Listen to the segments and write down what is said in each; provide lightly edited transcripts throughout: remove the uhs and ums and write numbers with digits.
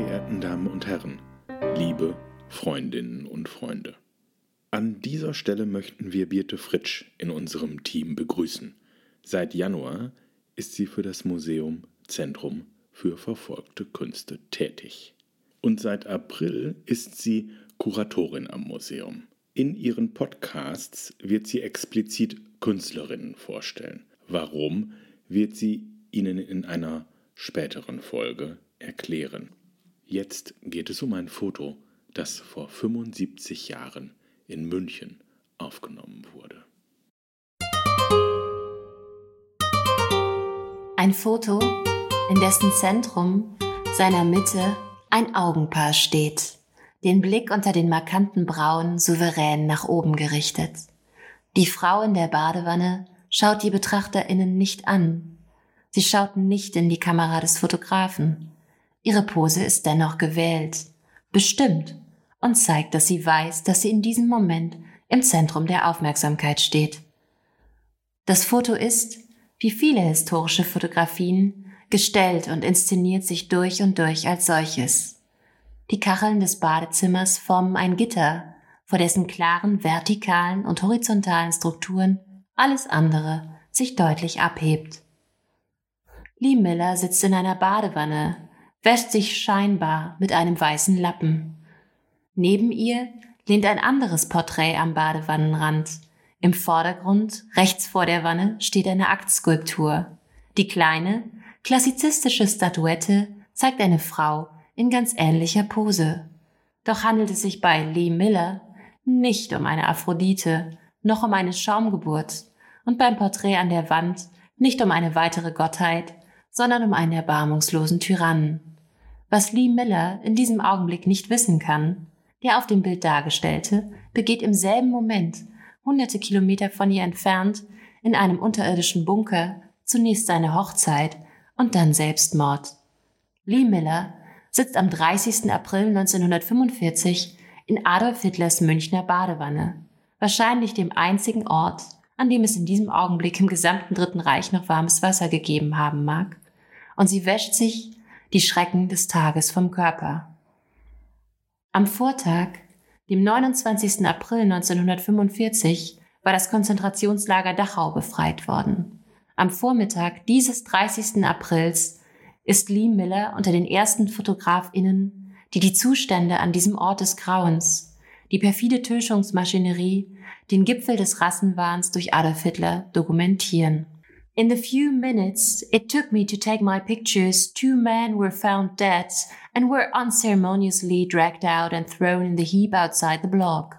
verehrten Damen und Herren, liebe Freundinnen und Freunde. An dieser Stelle möchten wir Birte Fritsch in unserem Team begrüßen. Seit Januar ist sie für das Museum Zentrum für verfolgte Künste tätig. Und seit April ist sie Kuratorin am Museum. In ihren Podcasts wird sie explizit Künstlerinnen vorstellen. Warum, wird sie Ihnen in einer späteren Folge erklären. Jetzt geht es um ein Foto, das vor 75 Jahren in München aufgenommen wurde. Ein Foto, in dessen Zentrum seiner Mitte ein Augenpaar steht, den Blick unter den markanten Brauen souverän nach oben gerichtet. Die Frau in der Badewanne schaut die BetrachterInnen nicht an. Sie schaut nicht in die Kamera des Fotografen. Ihre Pose ist dennoch gewählt, bestimmt und zeigt, dass sie weiß, dass sie in diesem Moment im Zentrum der Aufmerksamkeit steht. Das Foto ist, wie viele historische Fotografien, gestellt und inszeniert sich durch und durch als solches. Die Kacheln des Badezimmers formen ein Gitter, vor dessen klaren vertikalen und horizontalen Strukturen alles andere sich deutlich abhebt. Lee Miller sitzt in einer Badewanne, wäscht sich scheinbar mit einem weißen Lappen. Neben ihr lehnt ein anderes Porträt am Badewannenrand. Im Vordergrund, rechts vor der Wanne, steht eine Aktskulptur. Die kleine, klassizistische Statuette zeigt eine Frau in ganz ähnlicher Pose. Doch handelt es sich bei Lee Miller nicht um eine Aphrodite, noch um eine Schaumgeburt und beim Porträt an der Wand nicht um eine weitere Gottheit, sondern um einen erbarmungslosen Tyrannen. Was Lee Miller in diesem Augenblick nicht wissen kann, der auf dem Bild Dargestellte begeht im selben Moment, hunderte Kilometer von ihr entfernt, in einem unterirdischen Bunker zunächst seine Hochzeit und dann Selbstmord. Lee Miller sitzt am 30. April 1945 in Adolf Hitlers Münchner Badewanne, wahrscheinlich dem einzigen Ort, an dem es in diesem Augenblick im gesamten Dritten Reich noch warmes Wasser gegeben haben mag, und sie wäscht sich die Schrecken des Tages vom Körper. Am Vortag, dem 29. April 1945, war das Konzentrationslager Dachau befreit worden. Am Vormittag dieses 30. Aprils ist Lee Miller unter den ersten FotografInnen, die die Zustände an diesem Ort des Grauens, die perfide Tötungsmaschinerie, den Gipfel des Rassenwahns durch Adolf Hitler dokumentieren. In the few minutes it took me to take my pictures, 2 men were found dead and were unceremoniously dragged out and thrown in the heap outside the block.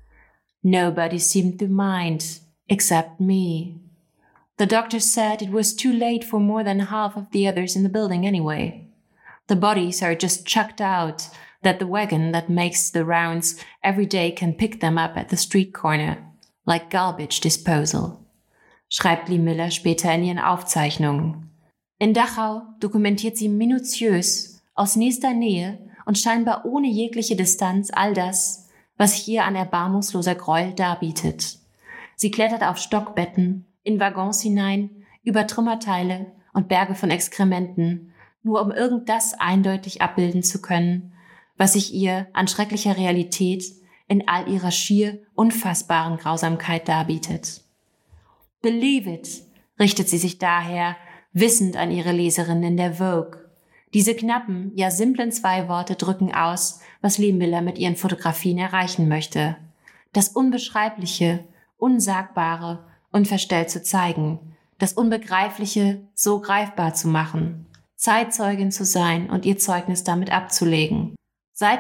Nobody seemed to mind, except me. The doctors said it was too late for more than half of the others in the building anyway. The bodies are just chucked out, that the wagon that makes the rounds every day can pick them up at the street corner, like garbage disposal, schreibt Lee Miller später in ihren Aufzeichnungen. In Dachau dokumentiert sie minutiös, aus nächster Nähe und scheinbar ohne jegliche Distanz all das, was sich ihr an erbarmungsloser Gräuel darbietet. Sie klettert auf Stockbetten, in Waggons hinein, über Trümmerteile und Berge von Exkrementen, nur um irgend das eindeutig abbilden zu können, was sich ihr an schrecklicher Realität in all ihrer schier unfassbaren Grausamkeit darbietet. Believe it, richtet sie sich daher wissend an ihre Leserinnen in der Vogue. Diese knappen, ja simplen 2 Worte drücken aus, was Lee Miller mit ihren Fotografien erreichen möchte. Das Unbeschreibliche, Unsagbare unverstellt zu zeigen, das Unbegreifliche so greifbar zu machen, Zeitzeugin zu sein und ihr Zeugnis damit abzulegen. Seit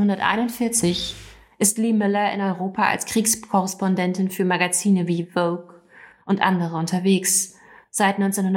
1941 ist Lee Miller in Europa als Kriegskorrespondentin für Magazine wie Vogue und andere unterwegs, seit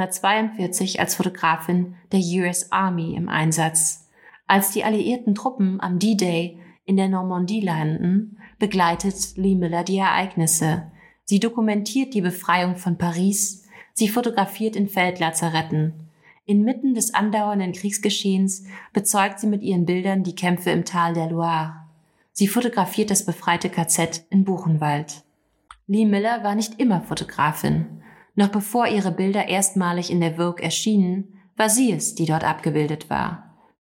1942 als Fotografin der US Army im Einsatz. Als die alliierten Truppen am D-Day in der Normandie landen, begleitet Lee Miller die Ereignisse. Sie dokumentiert die Befreiung von Paris, sie fotografiert in Feldlazaretten. Inmitten des andauernden Kriegsgeschehens bezeugt sie mit ihren Bildern die Kämpfe im Tal der Loire. Sie fotografiert das befreite KZ in Buchenwald. Lee Miller war nicht immer Fotografin. Noch bevor ihre Bilder erstmalig in der Vogue erschienen, war sie es, die dort abgebildet war.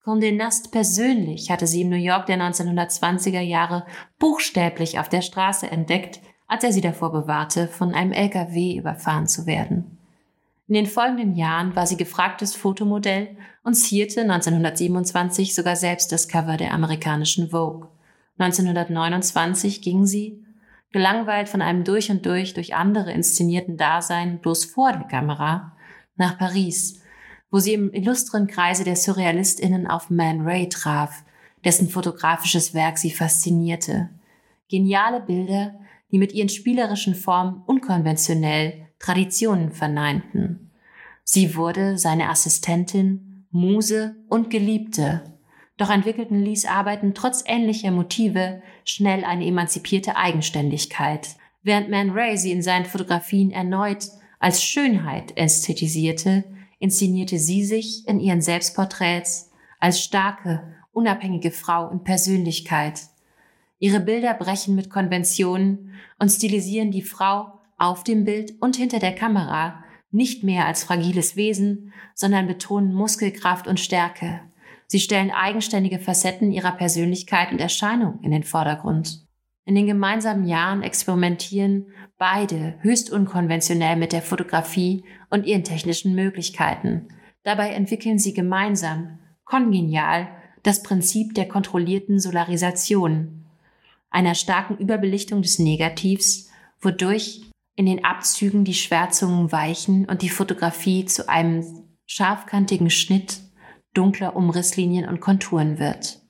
Condé Nast persönlich hatte sie im New York der 1920er Jahre buchstäblich auf der Straße entdeckt, als er sie davor bewahrte, von einem LKW überfahren zu werden. In den folgenden Jahren war sie gefragtes Fotomodell und zierte 1927 sogar selbst das Cover der amerikanischen Vogue. 1929 ging sie, gelangweilt von einem durch und durch andere inszenierten Dasein bloß vor der Kamera, nach Paris, wo sie im illustren Kreise der SurrealistInnen auf Man Ray traf, dessen fotografisches Werk sie faszinierte. Geniale Bilder, die mit ihren spielerischen Formen unkonventionell Traditionen verneinten. Sie wurde seine Assistentin, Muse und Geliebte. Doch entwickelten Lees Arbeiten trotz ähnlicher Motive schnell eine emanzipierte Eigenständigkeit. Während Man Ray sie in seinen Fotografien erneut als Schönheit ästhetisierte, inszenierte sie sich in ihren Selbstporträts als starke, unabhängige Frau und Persönlichkeit. Ihre Bilder brechen mit Konventionen und stilisieren die Frau auf dem Bild und hinter der Kamera nicht mehr als fragiles Wesen, sondern betonen Muskelkraft und Stärke. Sie stellen eigenständige Facetten ihrer Persönlichkeit und Erscheinung in den Vordergrund. In den gemeinsamen Jahren experimentieren beide höchst unkonventionell mit der Fotografie und ihren technischen Möglichkeiten. Dabei entwickeln sie gemeinsam, kongenial, das Prinzip der kontrollierten Solarisation, einer starken Überbelichtung des Negativs, wodurch in den Abzügen die Schwärzungen weichen und die Fotografie zu einem scharfkantigen Schnitt dunkler Umrisslinien und Konturen wird.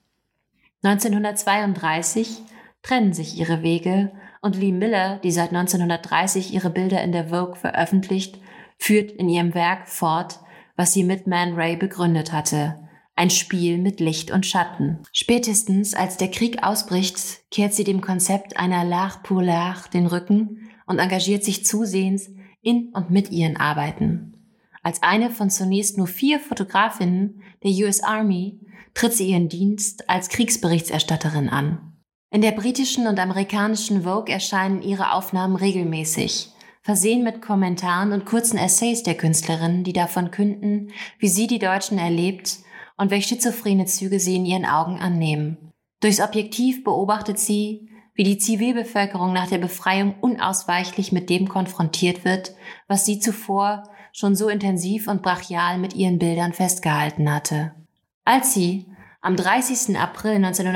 1932 trennen sich ihre Wege und Lee Miller, die seit 1930 ihre Bilder in der Vogue veröffentlicht, führt in ihrem Werk fort, was sie mit Man Ray begründet hatte. Ein Spiel mit Licht und Schatten. Spätestens als der Krieg ausbricht, kehrt sie dem Konzept einer L'art pour l'art den Rücken und engagiert sich zusehends in und mit ihren Arbeiten. Als eine von zunächst nur 4 Fotografinnen der US Army tritt sie ihren Dienst als Kriegsberichterstatterin an. In der britischen und amerikanischen Vogue erscheinen ihre Aufnahmen regelmäßig, versehen mit Kommentaren und kurzen Essays der Künstlerin, die davon künden, wie sie die Deutschen erlebt und welche schizophrene Züge sie in ihren Augen annehmen. Durchs Objektiv beobachtet sie, wie die Zivilbevölkerung nach der Befreiung unausweichlich mit dem konfrontiert wird, was sie zuvor schon so intensiv und brachial mit ihren Bildern festgehalten hatte. Als sie am 30. April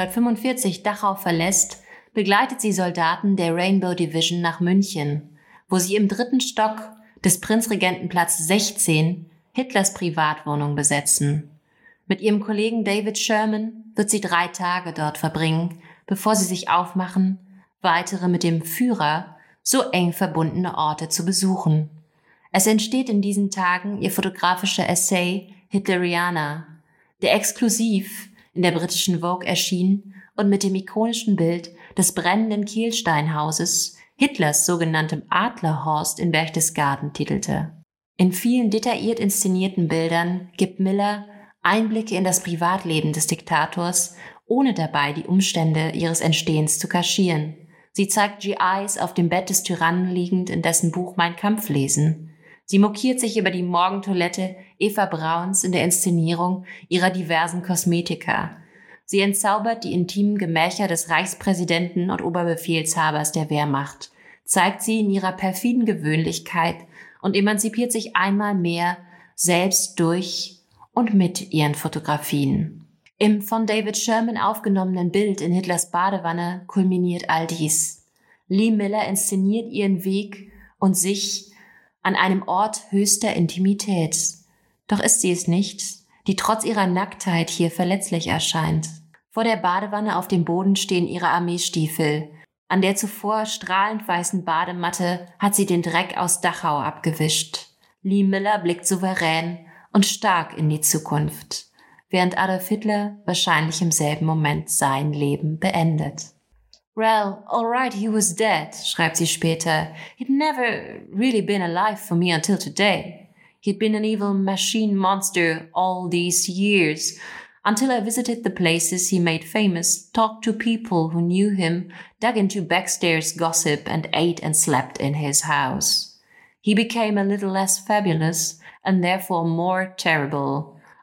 1945 Dachau verlässt, begleitet sie Soldaten der Rainbow Division nach München, wo sie im 3. Stock des Prinzregentenplatz 16 Hitlers Privatwohnung besetzen. Mit ihrem Kollegen David Sherman wird sie 3 Tage dort verbringen, bevor sie sich aufmachen, weitere mit dem Führer so eng verbundene Orte zu besuchen. Es entsteht in diesen Tagen ihr fotografischer Essay Hitleriana, der exklusiv in der britischen Vogue erschien und mit dem ikonischen Bild des brennenden Kielsteinhauses, Hitlers sogenanntem Adlerhorst in Berchtesgaden, titelte. In vielen detailliert inszenierten Bildern gibt Miller Einblicke in das Privatleben des Diktators, ohne dabei die Umstände ihres Entstehens zu kaschieren. Sie zeigt GIs auf dem Bett des Tyrannen liegend, in dessen Buch Mein Kampf lesen. Sie mokiert sich über die Morgentoilette Eva Brauns in der Inszenierung ihrer diversen Kosmetika. Sie entzaubert die intimen Gemächer des Reichspräsidenten und Oberbefehlshabers der Wehrmacht, zeigt sie in ihrer perfiden Gewöhnlichkeit und emanzipiert sich einmal mehr selbst durch und mit ihren Fotografien. Im von David Sherman aufgenommenen Bild in Hitlers Badewanne kulminiert all dies. Lee Miller inszeniert ihren Weg und sich an einem Ort höchster Intimität. Doch ist sie es nicht, die trotz ihrer Nacktheit hier verletzlich erscheint. Vor der Badewanne auf dem Boden stehen ihre Armeestiefel. An der zuvor strahlend weißen Badematte hat sie den Dreck aus Dachau abgewischt. Lee Miller blickt souverän und stark in die Zukunft, während Adolf Hitler wahrscheinlich im selben Moment sein Leben beendet. Well, all right, he was dead, schreibt sie später. He'd never really been alive for me until today. He'd been an evil machine monster all these years, until I visited the places he made famous, talked to people who knew him, dug into backstairs gossip, and ate and slept in his house. He became a little less fabulous, and therefore more terrible.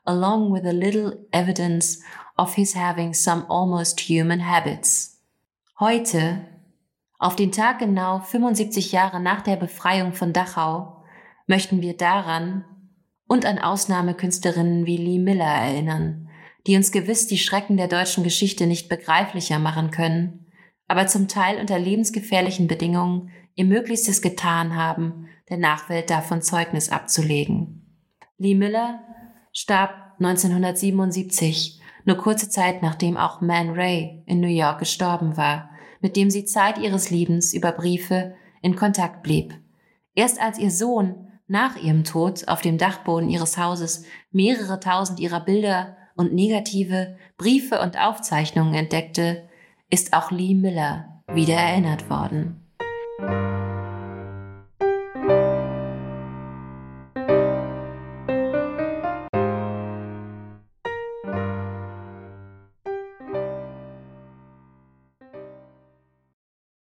along with a little evidence of his having some almost human habits. Heute, auf den Tag genau 75 Jahre nach der Befreiung von Dachau, möchten wir daran und an Ausnahmekünstlerinnen wie Lee Miller erinnern, die uns gewiss die Schrecken der deutschen Geschichte nicht begreiflicher machen können, aber zum Teil unter lebensgefährlichen Bedingungen ihr Möglichstes getan haben, der Nachwelt davon Zeugnis abzulegen. Lee Miller starb 1977, nur kurze Zeit nachdem auch Man Ray in New York gestorben war, mit dem sie Zeit ihres Lebens über Briefe in Kontakt blieb. Erst als ihr Sohn nach ihrem Tod auf dem Dachboden ihres Hauses mehrere tausend ihrer Bilder und Negative, Briefe und Aufzeichnungen entdeckte, ist auch Lee Miller wieder erinnert worden.